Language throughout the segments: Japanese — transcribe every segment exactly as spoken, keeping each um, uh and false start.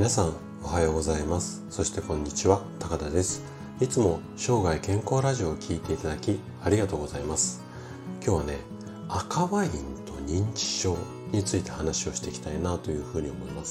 皆さんおはようございます。そしてこんにちは、高田です。いつも生涯健康ラジオを聞いていただきありがとうございます。今日はね、赤ワインと認知症について話をしていきたいなというふうに思います。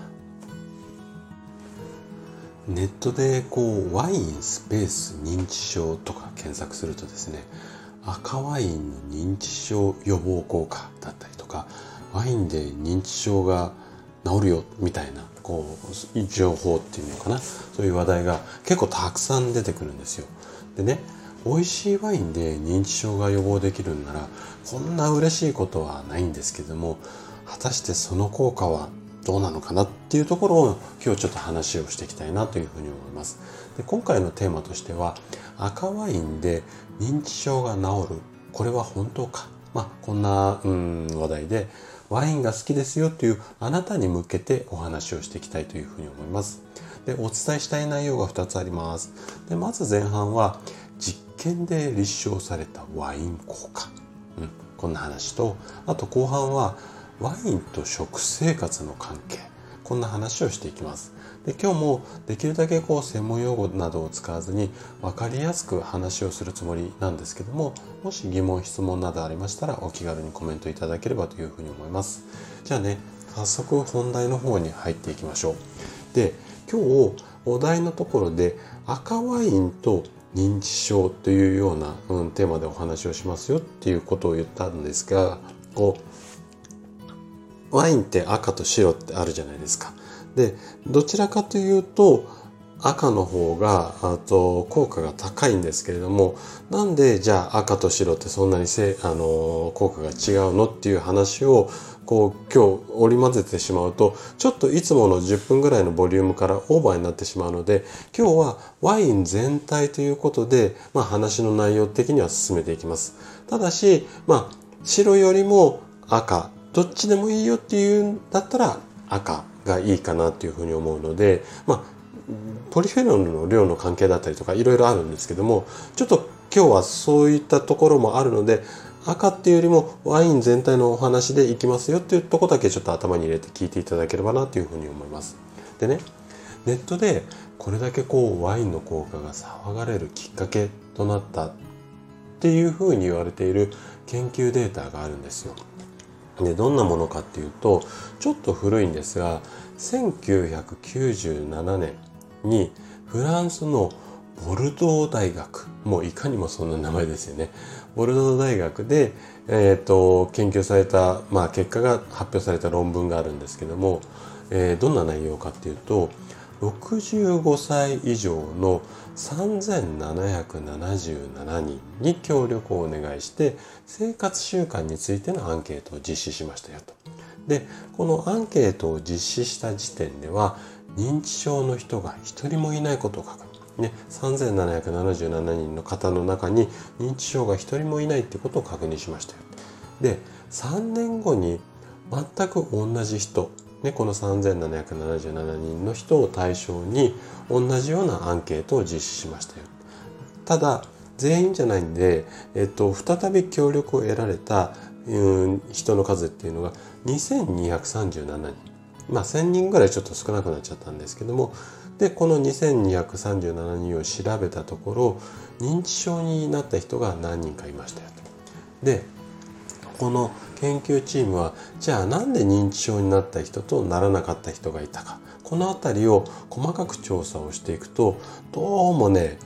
ネットでこうワインスペース認知症とか検索するとですね、赤ワインの認知症予防効果だったりとか、ワインで認知症が治るよみたいなこう情報っていうのかな、そういう話題が結構たくさん出てくるんですよ。でね、美味しいワインで認知症が予防できるんならこんな嬉しいことはないんですけども、果たしてその効果はどうなのかなっていうところを今日ちょっと話をしていきたいなというふうに思います。で、今回のテーマとしては、赤ワインで認知症が治る、これは本当か、まあこんなうん話題で、ワインが好きですよというあなたに向けてお話をしていきたいというふうに思います。で、お伝えしたい内容がふたつあります。で、まず前半は実験で立証されたワイン効果、うん、こんな話と、あと後半はワインと食生活の関係、こんな話をしていきます。で、今日もできるだけこう専門用語などを使わずに分かりやすく話をするつもりなんですけども、もし疑問質問などありましたらお気軽にコメントいただければというふうに思います。じゃあね、早速本題の方に入っていきましょう。で、今日お題のところで赤ワインと認知症というような、うん、テーマでお話をしますよっていうことを言ったんですが、こうワインって赤と白ってあるじゃないですか。で、どちらかというと赤の方があと効果が高いんですけれども、なんでじゃあ赤と白ってそんなにせあの効果が違うのっていう話をこう今日織り交ぜてしまうと、ちょっといつものじゅっぷんぐらいのボリュームからオーバーになってしまうので、今日はワイン全体ということで、まあ、話の内容的には進めていきます。ただし、まあ、白よりも赤、どっちでもいいよっていうんだったら赤がいいかなっていうふうに思うので、まあポリフェノールの量の関係だったりとかいろいろあるんですけども、ちょっと今日はそういったところもあるので、赤っていうよりもワイン全体のお話でいきますよっていうところだけちょっと頭に入れて聞いていただければなというふうに思います。でね、ネットでこれだけこうワインの効果が騒がれるきっかけとなったっていうふうに言われている研究データがあるんですよ。で、どんなものかっていうと、ちょっと古いんですが、せんきゅうひゃくきゅうじゅうななねんにフランスのボルドー大学、もういかにもそんな名前ですよね。ボルドー大学で、えー、と研究された、まあ、結果が発表された論文があるんですけども、えー、どんな内容かっていうと、ろくじゅうごさい以上のさんぜんななひゃくななじゅうななにんに協力をお願いして生活習慣についてのアンケートを実施しましたよと。で、このアンケートを実施した時点では認知症の人が一人もいないことを確認、ね、さんぜんななひゃくななじゅうななにんの方の中に認知症が一人もいないってことを確認しましたよ。で、さんねんごに全く同じ人、ね、このさんぜんななひゃくななじゅうななにんの人を対象に同じようなアンケートを実施しましたよ。ただ全員じゃないんで、えっと、再び協力を得られた、うん、人の数っていうのがにせんにひゃくさんじゅうななにん、まあせんにんぐらいちょっと少なくなっちゃったんですけども、でこのにせんにひゃくさんじゅうななにんを調べたところ、認知症になった人が何人かいましたよと。でこの研究チームは、じゃあなんで認知症になった人とならなかった人がいたか、このあたりを細かく調査をしていくと、どうもね、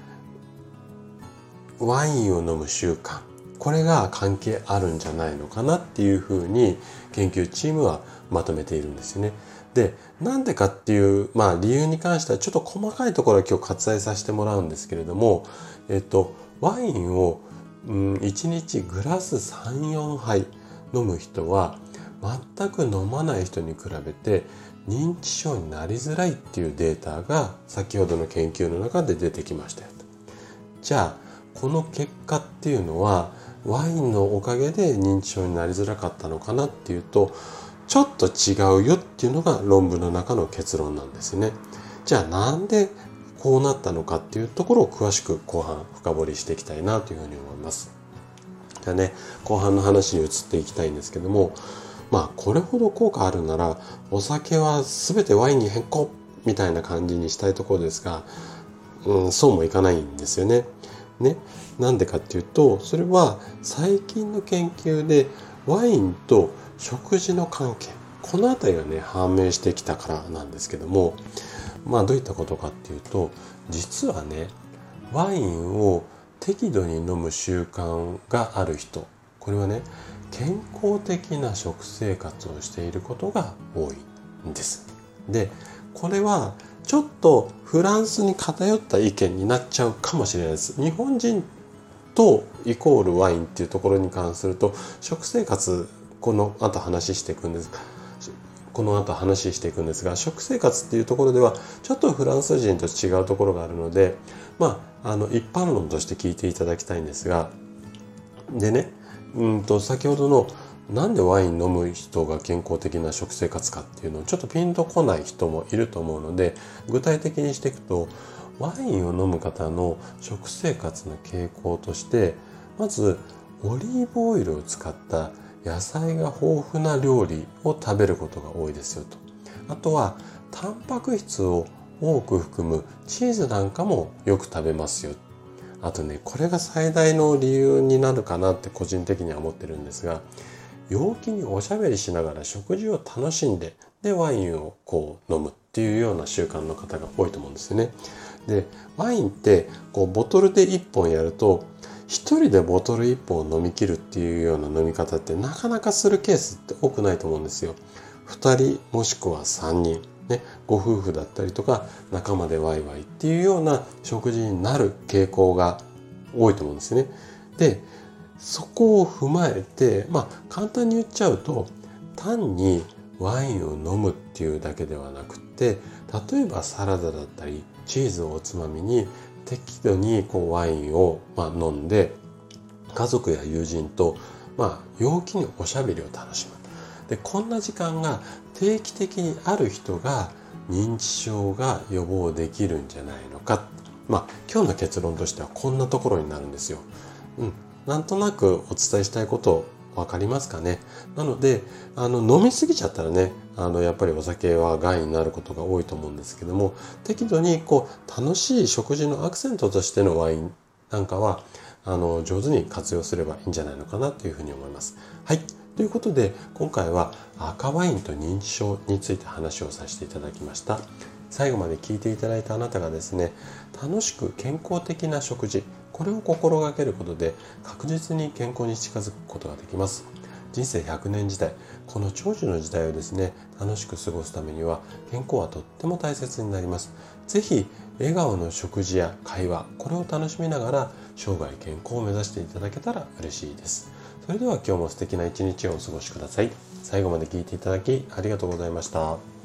ワインを飲む習慣、これが関係あるんじゃないのかなっていうふうに研究チームはまとめているんですよね。で、なんでかっていう、まあ理由に関してはちょっと細かいところは今日割愛させてもらうんですけれども、えっと、ワインをうん、いちにちグラスさん、よんはい飲む人は全く飲まない人に比べて認知症になりづらいっていうデータが先ほどの研究の中で出てきましたよと。じゃあこの結果っていうのはワインのおかげで認知症になりづらかったのかなっていうと、ちょっと違うよっていうのが論文の中の結論なんですね。じゃあなんでこうなったのかっていうところを詳しく後半深掘りしていきたいなというふうに思います。じゃあね、後半の話に移っていきたいんですけども、まあこれほど効果あるならお酒は全てワインに変更みたいな感じにしたいところですが、うん、そうもいかないんですよね。ね、なんでかっていうと、それは最近の研究でワインと食事の関係、このあたりがね判明してきたからなんですけども、まあどういったことかっていうと、実はねワインを適度に飲む習慣がある人、これはね健康的な食生活をしていることが多いんです。で、これはちょっとフランスに偏った意見になっちゃうかもしれないです。日本人とイコールワインっていうところに関すると、食生活この後話していくんですこの後話していくんですが、食生活っていうところではちょっとフランス人と違うところがあるので、まあ、あの一般論として聞いていただきたいんですが、でね、うんと先ほどのなんでワイン飲む人が健康的な食生活かっていうのをちょっとピンとこない人もいると思うので、具体的にしていくと、ワインを飲む方の食生活の傾向として、まずオリーブオイルを使った野菜が豊富な料理を食べることが多いですよと。あとはタンパク質を多く含むチーズなんかもよく食べますよ。あとね、これが最大の理由になるかなって個人的には思ってるんですが、陽気におしゃべりしながら食事を楽しんで、でワインをこう飲むっていうような習慣の方が多いと思うんですよね。で、ワインってこうボトルでいっぽんやると、一人でボトルいっぽん飲み切るっていうような飲み方ってなかなかするケースって多くないと思うんですよ。二人もしくは三人、ね、ご夫婦だったりとか仲間でワイワイっていうような食事になる傾向が多いと思うんですね。で、そこを踏まえて、まあ簡単に言っちゃうと、単にワインを飲むっていうだけではなくて、例えばサラダだったりチーズをおつまみに適度にこうワインをまあ飲んで、家族や友人とまあ陽気におしゃべりを楽しむ。で、こんな時間が定期的にある人が認知症が予防できるんじゃないのか。まあ今日の結論としてはこんなところになるんですよ。うん、なんとなくお伝えしたいことわかりますかね。なので、あの飲みすぎちゃったらね、あのやっぱりお酒は害になることが多いと思うんですけども、適度にこう楽しい食事のアクセントとしてのワインなんかはあの上手に活用すればいいんじゃないのかなというふうに思います。はい。ということで、今回は赤ワインと認知症について話をさせていただきました。最後まで聞いていただいたあなたがですね、楽しく健康的な食事、これを心がけることで確実に健康に近づくことができます。人生ひゃくねん時代、この長寿の時代をですね、楽しく過ごすためには健康はとっても大切になります。ぜひ笑顔の食事や会話、これを楽しみながら生涯健康を目指していただけたら嬉しいです。それでは今日も素敵な一日をお過ごしください。最後まで聞いていただきありがとうございました。